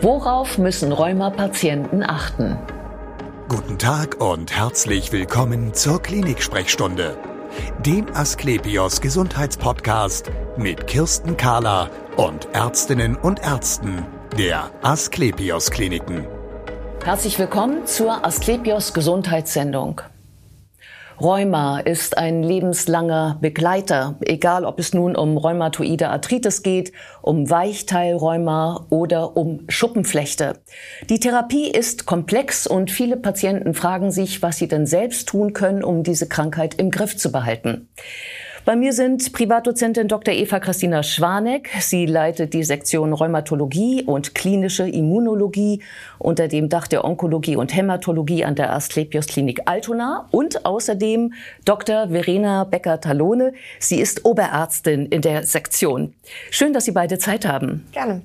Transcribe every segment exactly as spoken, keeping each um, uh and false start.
Worauf müssen Rheuma-Patienten achten? Guten Tag und herzlich willkommen zur Klinik-Sprechstunde, dem Asklepios Gesundheitspodcast mit Kirsten Kahler und Ärztinnen und Ärzten der Asklepios Kliniken. Herzlich willkommen zur Asklepios Gesundheitssendung. Rheuma ist ein lebenslanger Begleiter, egal ob es nun um rheumatoide Arthritis geht, um Weichteilrheuma oder um Schuppenflechte. Die Therapie ist komplex und viele Patienten fragen sich, was sie denn selbst tun können, um diese Krankheit im Griff zu behalten. Bei mir sind Privatdozentin Doktor Eva Christina Schwaneck. Sie leitet die Sektion Rheumatologie und klinische Immunologie unter dem Dach der Onkologie und Hämatologie an der Asklepios Klinik Altona und außerdem Doktor Verena Becker-Talone. Sie ist Oberärztin in der Sektion. Schön, dass Sie beide Zeit haben. Gerne.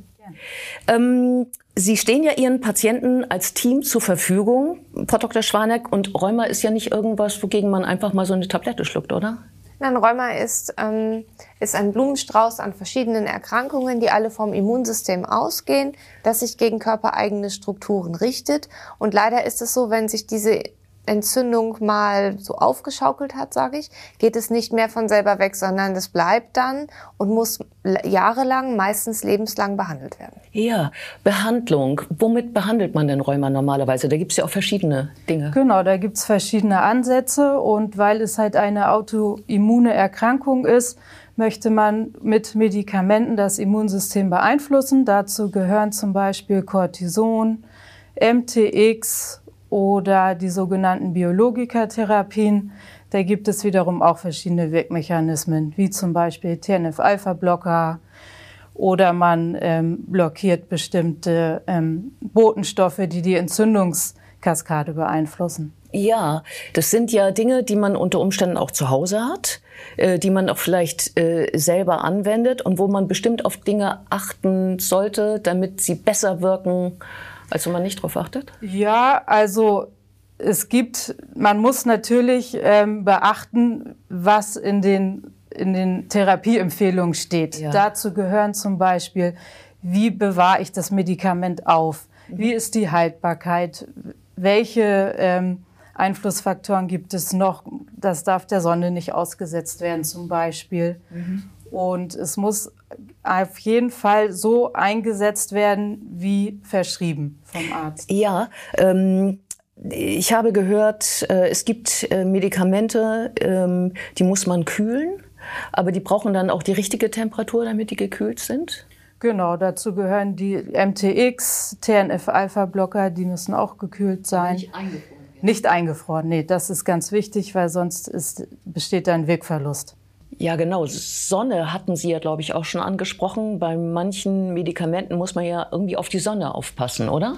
Ähm, Sie stehen ja Ihren Patienten als Team zur Verfügung, Frau Doktor Schwaneck. Und Rheuma ist ja nicht irgendwas, wogegen man einfach mal so eine Tablette schluckt, oder? Nein, Rheuma ist, ähm, ist ein Blumenstrauß an verschiedenen Erkrankungen, die alle vom Immunsystem ausgehen, das sich gegen körpereigene Strukturen richtet. Und leider ist es so, wenn sich diese Entzündung mal so aufgeschaukelt hat, sage ich, geht es nicht mehr von selber weg, sondern es bleibt dann und muss jahrelang, meistens lebenslang behandelt werden. Ja, Behandlung. Womit behandelt man denn Rheuma normalerweise? Da gibt es ja auch verschiedene Dinge. Genau, da gibt es verschiedene Ansätze und weil es halt eine autoimmune Erkrankung ist, möchte man mit Medikamenten das Immunsystem beeinflussen. Dazu gehören zum Beispiel Cortison, M T X oder die sogenannten Biologikatherapien. Da gibt es wiederum auch verschiedene Wirkmechanismen, wie zum Beispiel T N F-Alpha-Blocker oder man ähm, blockiert bestimmte ähm, Botenstoffe, die die Entzündungskaskade beeinflussen. Ja, das sind ja Dinge, die man unter Umständen auch zu Hause hat, äh, die man auch vielleicht äh, selber anwendet und wo man bestimmt auf Dinge achten sollte, damit sie besser wirken, als wenn man nicht drauf achtet? Ja, also es gibt, man muss natürlich ähm, beachten, was in den, in den Therapieempfehlungen steht. Ja. Dazu gehören zum Beispiel, wie bewahre ich das Medikament auf? Mhm. Wie ist die Haltbarkeit? Welche ähm, Einflussfaktoren gibt es noch? Das darf der Sonne nicht ausgesetzt werden zum Beispiel. Mhm. Und es muss auf jeden Fall so eingesetzt werden, wie verschrieben vom Arzt. Ja, ähm, ich habe gehört, äh, es gibt äh, Medikamente, ähm, die muss man kühlen, aber die brauchen dann auch die richtige Temperatur, damit die gekühlt sind? Genau, dazu gehören die M T X, T N F-Alpha-Blocker, die müssen auch gekühlt sein. Nicht eingefroren. Nicht eingefroren, nee, das ist ganz wichtig, weil sonst ist, besteht da ein Wirkverlust. Ja, genau. Sonne hatten Sie ja, glaube ich, auch schon angesprochen. Bei manchen Medikamenten muss man ja irgendwie auf die Sonne aufpassen, oder?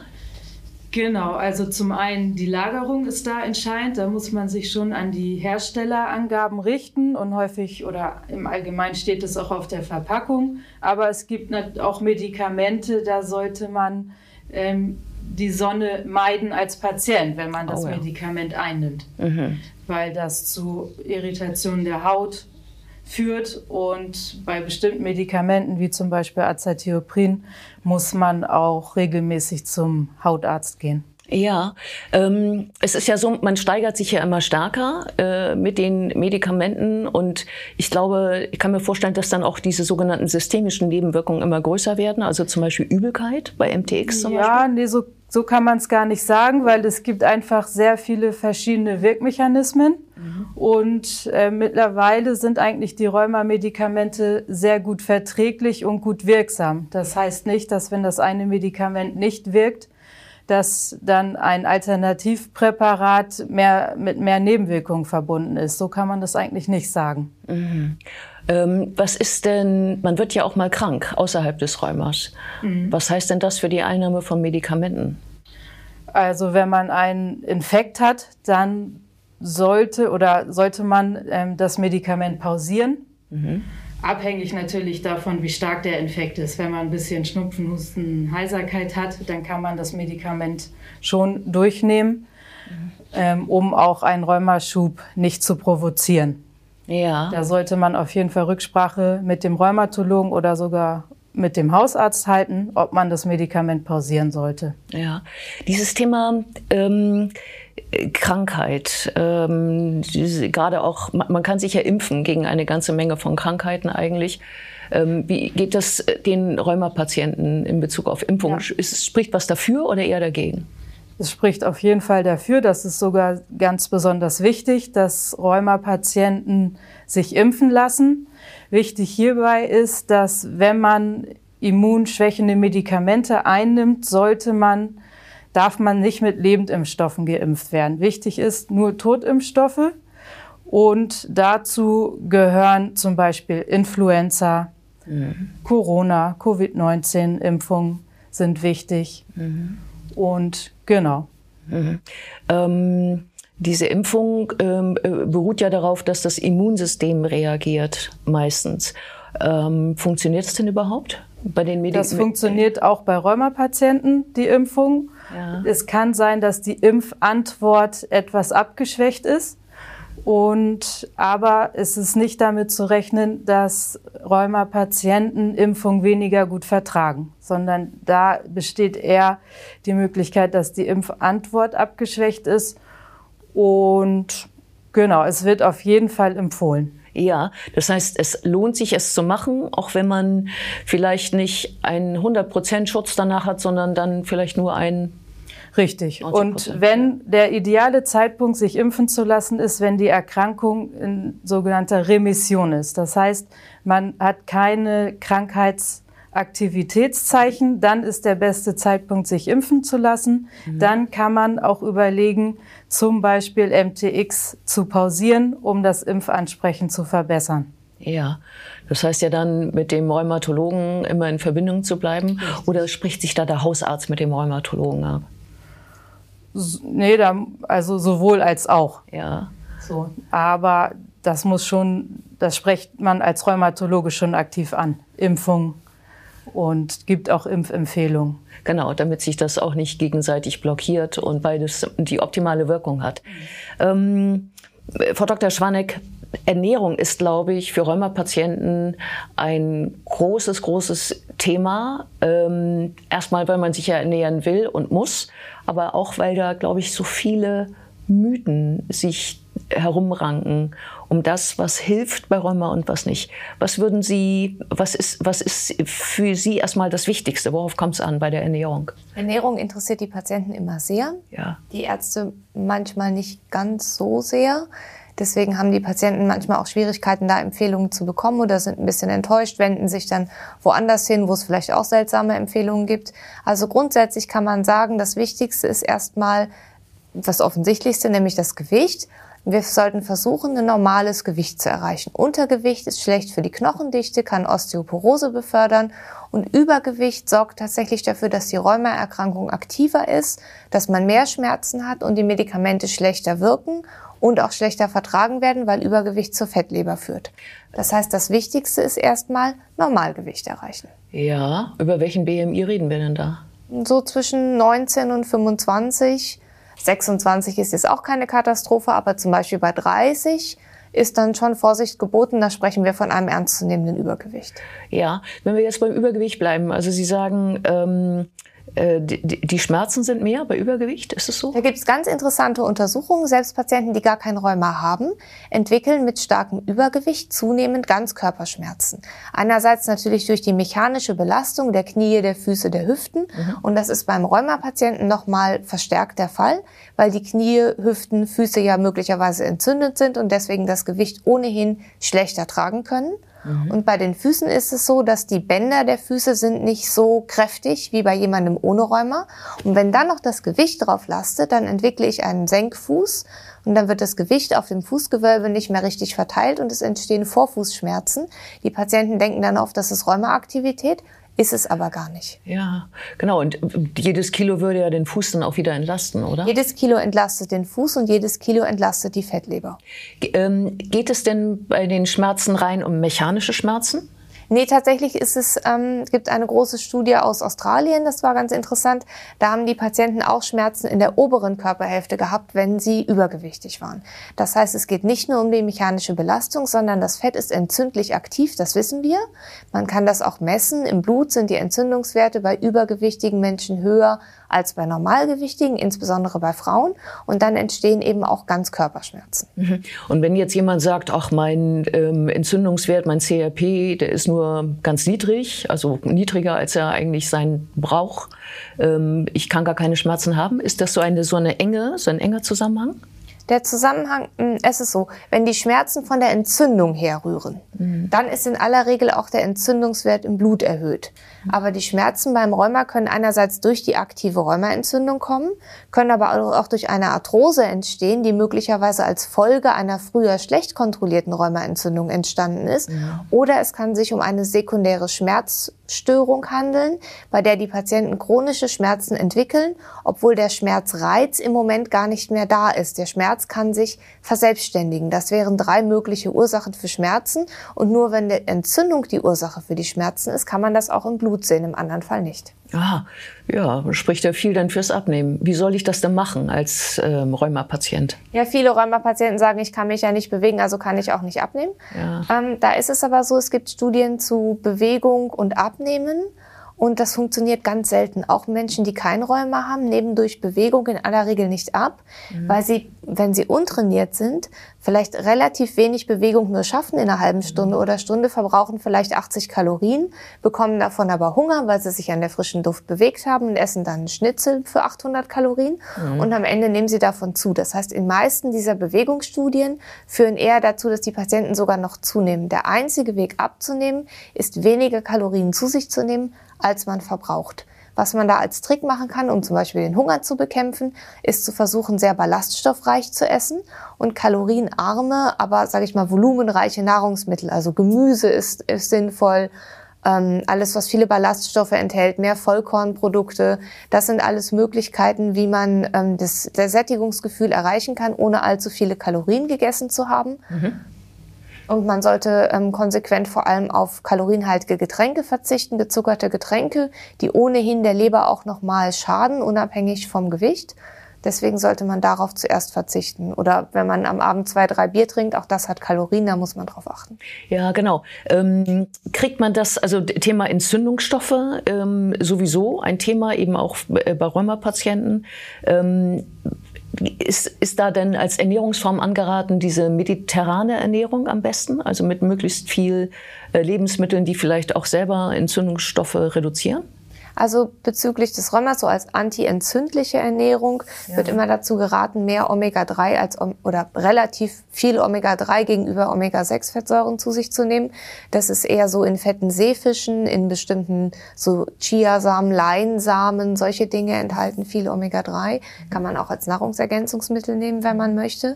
Genau, also zum einen die Lagerung ist da entscheidend. Da muss man sich schon an die Herstellerangaben richten und häufig oder im Allgemeinen steht es auch auf der Verpackung. Aber es gibt auch Medikamente, da sollte man ähm, die Sonne meiden als Patient, wenn man das oh, ja. Medikament einnimmt, mhm. weil das zu Irritationen der Haut führt und bei bestimmten Medikamenten wie zum Beispiel Azathioprin muss man auch regelmäßig zum Hautarzt gehen. Ja, ähm, es ist ja so, man steigert sich ja immer stärker äh, mit den Medikamenten und ich glaube, ich kann mir vorstellen, dass dann auch diese sogenannten systemischen Nebenwirkungen immer größer werden, also zum Beispiel Übelkeit bei M T X zum ja, Beispiel. Ja, nee, so, so kann man es gar nicht sagen, weil es gibt einfach sehr viele verschiedene Wirkmechanismen mhm. und äh, mittlerweile sind eigentlich die Rheuma-Medikamente sehr gut verträglich und gut wirksam. Das heißt nicht, dass wenn das eine Medikament nicht wirkt, dass dann ein Alternativpräparat mehr, mit mehr Nebenwirkungen verbunden ist. So kann man das eigentlich nicht sagen. Mhm. Ähm, was ist denn, man wird ja auch mal krank außerhalb des Rheumas. Mhm. Was heißt denn das für die Einnahme von Medikamenten? Also wenn man einen Infekt hat, dann sollte oder sollte man ähm, das Medikament pausieren. Mhm. Abhängig natürlich davon, wie stark der Infekt ist. Wenn man ein bisschen Schnupfen, Husten, Heiserkeit hat, dann kann man das Medikament schon durchnehmen, mhm. ähm, um auch einen Rheumaschub nicht zu provozieren. Ja. Da sollte man auf jeden Fall Rücksprache mit dem Rheumatologen oder sogar mit dem Hausarzt halten, ob man das Medikament pausieren sollte. Ja, dieses Thema ähm, Krankheit, ähm, diese, gerade auch, man kann sich ja impfen gegen eine ganze Menge von Krankheiten eigentlich. Ähm, wie geht das den Rheumapatienten in Bezug auf Impfung? Ja. Ist, spricht was dafür oder eher dagegen? Es spricht auf jeden Fall dafür, das ist sogar ganz besonders wichtig, dass Rheumapatienten sich impfen lassen. Wichtig hierbei ist, dass wenn man immunschwächende Medikamente einnimmt, sollte man, darf man nicht mit Lebendimpfstoffen geimpft werden. Wichtig ist nur Totimpfstoffe und dazu gehören zum Beispiel Influenza, mhm. Corona, Covid neunzehn Impfungen sind wichtig mhm. und genau. Mhm. Ähm Diese Impfung ähm, beruht ja darauf, dass das Immunsystem reagiert, meistens. Ähm, funktioniert es denn überhaupt bei den Medikamenten? Das funktioniert auch bei Rheumapatienten, die Impfung. Ja. Es kann sein, dass die Impfantwort etwas abgeschwächt ist. Und, aber es ist nicht damit zu rechnen, dass Rheumapatienten Impfung weniger gut vertragen, sondern da besteht eher die Möglichkeit, dass die Impfantwort abgeschwächt ist. Und genau, es wird auf jeden Fall empfohlen. Ja, das heißt, es lohnt sich, es zu machen, auch wenn man vielleicht nicht einen hundert Prozent Schutz danach hat, sondern dann vielleicht nur einen. Richtig. Und wenn der ideale Zeitpunkt, sich impfen zu lassen, ist, wenn die Erkrankung in sogenannter Remission ist. Das heißt, man hat keine Krankheitsaktivitätszeichen, dann ist der beste Zeitpunkt, sich impfen zu lassen. Mhm. Dann kann man auch überlegen, zum Beispiel M T X zu pausieren, um das Impfansprechen zu verbessern. Ja, das heißt ja dann, mit dem Rheumatologen immer in Verbindung zu bleiben. Oder spricht sich da der Hausarzt mit dem Rheumatologen ab? Nee, da, also sowohl als auch. Ja. So, aber das muss schon, das spricht man als Rheumatologe schon aktiv an. Impfung und gibt auch Impfempfehlungen. Genau, damit sich das auch nicht gegenseitig blockiert und beides die optimale Wirkung hat. Mhm. Ähm, Frau Doktor Schwanek, Ernährung ist, glaube ich, für Rheumapatienten ein großes, großes Thema. Ähm, erstmal, weil man sich ja ernähren will und muss, aber auch, weil da, glaube ich, so viele Mythen sich herumranken um das, was hilft bei Rheuma und was nicht. Was würden Sie, was ist, was ist für Sie erstmal das Wichtigste? Worauf kommt es an bei der Ernährung? Ernährung interessiert die Patienten immer sehr. Ja. Die Ärzte manchmal nicht ganz so sehr. Deswegen haben die Patienten manchmal auch Schwierigkeiten, da Empfehlungen zu bekommen oder sind ein bisschen enttäuscht, wenden sich dann woanders hin, wo es vielleicht auch seltsame Empfehlungen gibt. Also grundsätzlich kann man sagen, das Wichtigste ist erstmal das Offensichtlichste, nämlich das Gewicht. Wir sollten versuchen, ein normales Gewicht zu erreichen. Untergewicht ist schlecht für die Knochendichte, kann Osteoporose befördern und Übergewicht sorgt tatsächlich dafür, dass die Rheumaerkrankung aktiver ist, dass man mehr Schmerzen hat und die Medikamente schlechter wirken und auch schlechter vertragen werden, weil Übergewicht zur Fettleber führt. Das heißt, das Wichtigste ist erstmal Normalgewicht erreichen. Ja, über welchen B M I reden wir denn da? So zwischen neunzehn und fünfundzwanzig. sechsundzwanzig ist jetzt auch keine Katastrophe, aber zum Beispiel bei dreißig ist dann schon Vorsicht geboten. Da sprechen wir von einem ernstzunehmenden Übergewicht. Ja, wenn wir jetzt beim Übergewicht bleiben, also Sie sagen, ähm, äh, die, die Schmerzen sind mehr bei Übergewicht, ist es so? Da gibt es ganz interessante Untersuchungen. Selbst Patienten, die gar kein Rheuma haben, entwickeln mit starkem Übergewicht zunehmend Ganzkörperschmerzen. Einerseits natürlich durch die mechanische Belastung der Knie, der Füße, der Hüften. Mhm. Und das ist beim Rheumapatienten nochmal verstärkt der Fall, weil die Knie, Hüften, Füße ja möglicherweise entzündet sind und deswegen das Gewicht ohnehin schlechter tragen können. Mhm. Und bei den Füßen ist es so, dass die Bänder der Füße sind nicht so kräftig wie bei jemandem ohne Rheuma. Und wenn dann noch das Gewicht drauf lastet, dann entwickle ich einen Senkfuß und dann wird das Gewicht auf dem Fußgewölbe nicht mehr richtig verteilt und es entstehen Vorfußschmerzen. Die Patienten denken dann oft, das ist Rheumaaktivität. Ist es aber gar nicht. Ja, genau. Und jedes Kilo würde ja den Fuß dann auch wieder entlasten, oder? Jedes Kilo entlastet den Fuß und jedes Kilo entlastet die Fettleber. Ge- ähm, geht es denn bei den Schmerzen rein um mechanische Schmerzen? Nee, tatsächlich ist es, ähm, gibt eine große Studie aus Australien, das war ganz interessant. Da haben die Patienten auch Schmerzen in der oberen Körperhälfte gehabt, wenn sie übergewichtig waren. Das heißt, es geht nicht nur um die mechanische Belastung, sondern das Fett ist entzündlich aktiv, das wissen wir. Man kann das auch messen. Im Blut sind die Entzündungswerte bei übergewichtigen Menschen höher als bei Normalgewichtigen, insbesondere bei Frauen. Und dann entstehen eben auch Ganzkörperschmerzen. Und wenn jetzt jemand sagt, ach, mein ähm, Entzündungswert, mein C R P, der ist nur ganz niedrig, also niedriger, als er eigentlich sein braucht, ähm, ich kann gar keine Schmerzen haben, ist das so eine, so eine enge, so ein enger Zusammenhang? Der Zusammenhang, es ist so, wenn die Schmerzen von der Entzündung herrühren, mhm. dann ist in aller Regel auch der Entzündungswert im Blut erhöht. Mhm. Aber die Schmerzen beim Rheuma können einerseits durch die aktive Rheumaentzündung kommen, können aber auch durch eine Arthrose entstehen, die möglicherweise als Folge einer früher schlecht kontrollierten Rheumaentzündung entstanden ist. Mhm. Oder es kann sich um eine sekundäre Schmerzstörung handeln, bei der die Patienten chronische Schmerzen entwickeln, obwohl der Schmerzreiz im Moment gar nicht mehr da ist. Der Schmerz kann sich verselbstständigen. Das wären drei mögliche Ursachen für Schmerzen. Und nur wenn die Entzündung die Ursache für die Schmerzen ist, kann man das auch im Blut sehen, im anderen Fall nicht. Ah, ja, spricht ja viel dann fürs Abnehmen. Wie soll ich das denn machen als ähm, Rheuma-Patient? Ja, viele Rheuma-Patienten sagen, ich kann mich ja nicht bewegen, also kann ich auch nicht abnehmen. Ja. Ähm, da ist es aber so, es gibt Studien zu Bewegung und Abnehmen. Und das funktioniert ganz selten. Auch Menschen, die kein Rheuma haben, nehmen durch Bewegung in aller Regel nicht ab, mhm. weil sie, wenn sie untrainiert sind, vielleicht relativ wenig Bewegung nur schaffen in einer halben Stunde mhm. oder Stunde, verbrauchen vielleicht achtzig Kalorien, bekommen davon aber Hunger, weil sie sich an der frischen Luft bewegt haben und essen dann einen Schnitzel für achthundert Kalorien mhm. und am Ende nehmen sie davon zu. Das heißt, in meisten dieser Bewegungsstudien führen eher dazu, dass die Patienten sogar noch zunehmen. Der einzige Weg abzunehmen, ist weniger Kalorien zu sich zu nehmen, als man verbraucht. Was man da als Trick machen kann, um zum Beispiel den Hunger zu bekämpfen, ist zu versuchen, sehr ballaststoffreich zu essen und kalorienarme, aber, sage ich mal, volumenreiche Nahrungsmittel. Also Gemüse ist, ist sinnvoll, ähm, alles, was viele Ballaststoffe enthält, mehr Vollkornprodukte. Das sind alles Möglichkeiten, wie man ähm, das, das Sättigungsgefühl erreichen kann, ohne allzu viele Kalorien gegessen zu haben. Mhm. Und man sollte ähm, konsequent vor allem auf kalorienhaltige Getränke verzichten, gezuckerte Getränke, die ohnehin der Leber auch nochmal schaden, unabhängig vom Gewicht. Deswegen sollte man darauf zuerst verzichten. Oder wenn man am Abend zwei, drei Bier trinkt, auch das hat Kalorien, da muss man drauf achten. Ja, genau. Ähm, kriegt man das, also Thema Entzündungsstoffe, ähm, sowieso ein Thema, eben auch bei Rheumapatienten. Ähm, Ist, ist da denn als Ernährungsform angeraten diese mediterrane Ernährung am besten? Also mit möglichst viel äh, Lebensmitteln, die vielleicht auch selber Entzündungsstoffe reduzieren? Also bezüglich des Rheumas, so als antientzündliche Ernährung, ja. wird immer dazu geraten, mehr Omega drei als oder relativ viel Omega drei gegenüber Omega sechs Fettsäuren zu sich zu nehmen. Das ist eher so in fetten Seefischen, in bestimmten so Chiasamen, Leinsamen, solche Dinge enthalten viel Omega drei. Kann man auch als Nahrungsergänzungsmittel nehmen, wenn man möchte.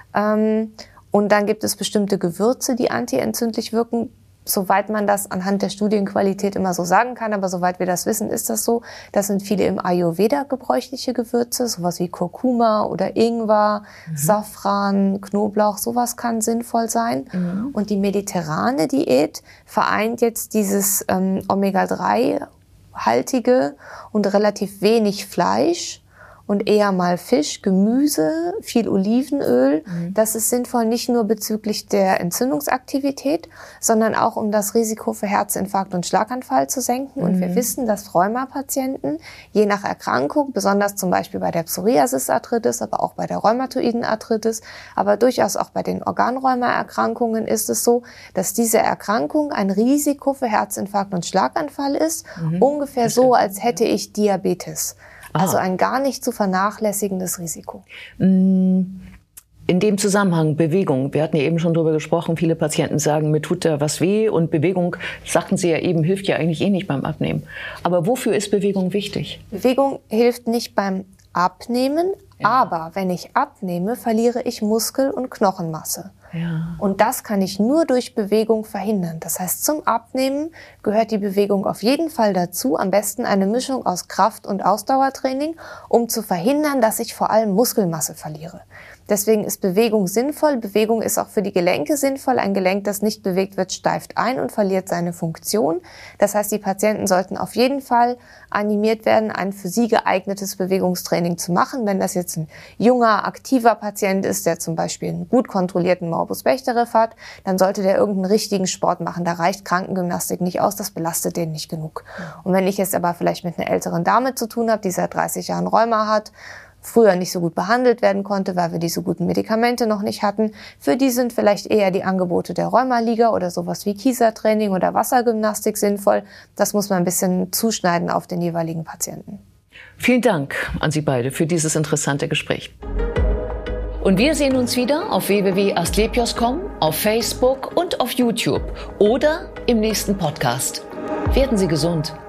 Und dann gibt es bestimmte Gewürze, die antientzündlich wirken. Soweit man das anhand der Studienqualität immer so sagen kann, aber soweit wir das wissen, ist das so. Das sind viele im Ayurveda gebräuchliche Gewürze, sowas wie Kurkuma oder Ingwer, mhm. Safran, Knoblauch, sowas kann sinnvoll sein. Mhm. Und die mediterrane Diät vereint jetzt dieses ähm, Omega drei haltige und relativ wenig Fleisch und eher mal Fisch, Gemüse, viel Olivenöl. Mhm. Das ist sinnvoll nicht nur bezüglich der Entzündungsaktivität, sondern auch um das Risiko für Herzinfarkt und Schlaganfall zu senken. Mhm. Und wir wissen, dass Rheumapatienten je nach Erkrankung, besonders zum Beispiel bei der Psoriasis-Arthritis, aber auch bei der rheumatoiden Arthritis, aber durchaus auch bei den Organrheuma-Erkrankungen ist es so, dass diese Erkrankung ein Risiko für Herzinfarkt und Schlaganfall ist. Mhm. Ungefähr so, als hätte ich Diabetes. Also ein gar nicht zu vernachlässigendes Risiko. In dem Zusammenhang Bewegung, wir hatten ja eben schon drüber gesprochen, viele Patienten sagen, mir tut da was weh und Bewegung, sagten Sie ja eben, hilft ja eigentlich eh nicht beim Abnehmen. Aber wofür ist Bewegung wichtig? Bewegung hilft nicht beim Abnehmen, ja. aber wenn ich abnehme, verliere ich Muskel- und Knochenmasse. Ja. Und das kann ich nur durch Bewegung verhindern. Das heißt, zum Abnehmen gehört die Bewegung auf jeden Fall dazu. Am besten eine Mischung aus Kraft- und Ausdauertraining, um zu verhindern, dass ich vor allem Muskelmasse verliere. Deswegen ist Bewegung sinnvoll. Bewegung ist auch für die Gelenke sinnvoll. Ein Gelenk, das nicht bewegt wird, steift ein und verliert seine Funktion. Das heißt, die Patienten sollten auf jeden Fall animiert werden, ein für sie geeignetes Bewegungstraining zu machen. Wenn das jetzt ein junger, aktiver Patient ist, der zum Beispiel einen gut kontrollierten Morbus Bechterew hat, dann sollte der irgendeinen richtigen Sport machen. Da reicht Krankengymnastik nicht aus, das belastet den nicht genug. Und wenn ich jetzt aber vielleicht mit einer älteren Dame zu tun habe, die seit dreißig Jahren Rheuma hat, früher nicht so gut behandelt werden konnte, weil wir diese guten Medikamente noch nicht hatten. Für die sind vielleicht eher die Angebote der Rheumaliga oder sowas wie Kiesertraining oder Wassergymnastik sinnvoll. Das muss man ein bisschen zuschneiden auf den jeweiligen Patienten. Vielen Dank an Sie beide für dieses interessante Gespräch. Und wir sehen uns wieder auf w w w punkt asklepios punkt com, auf Facebook und auf YouTube oder im nächsten Podcast. Werden Sie gesund!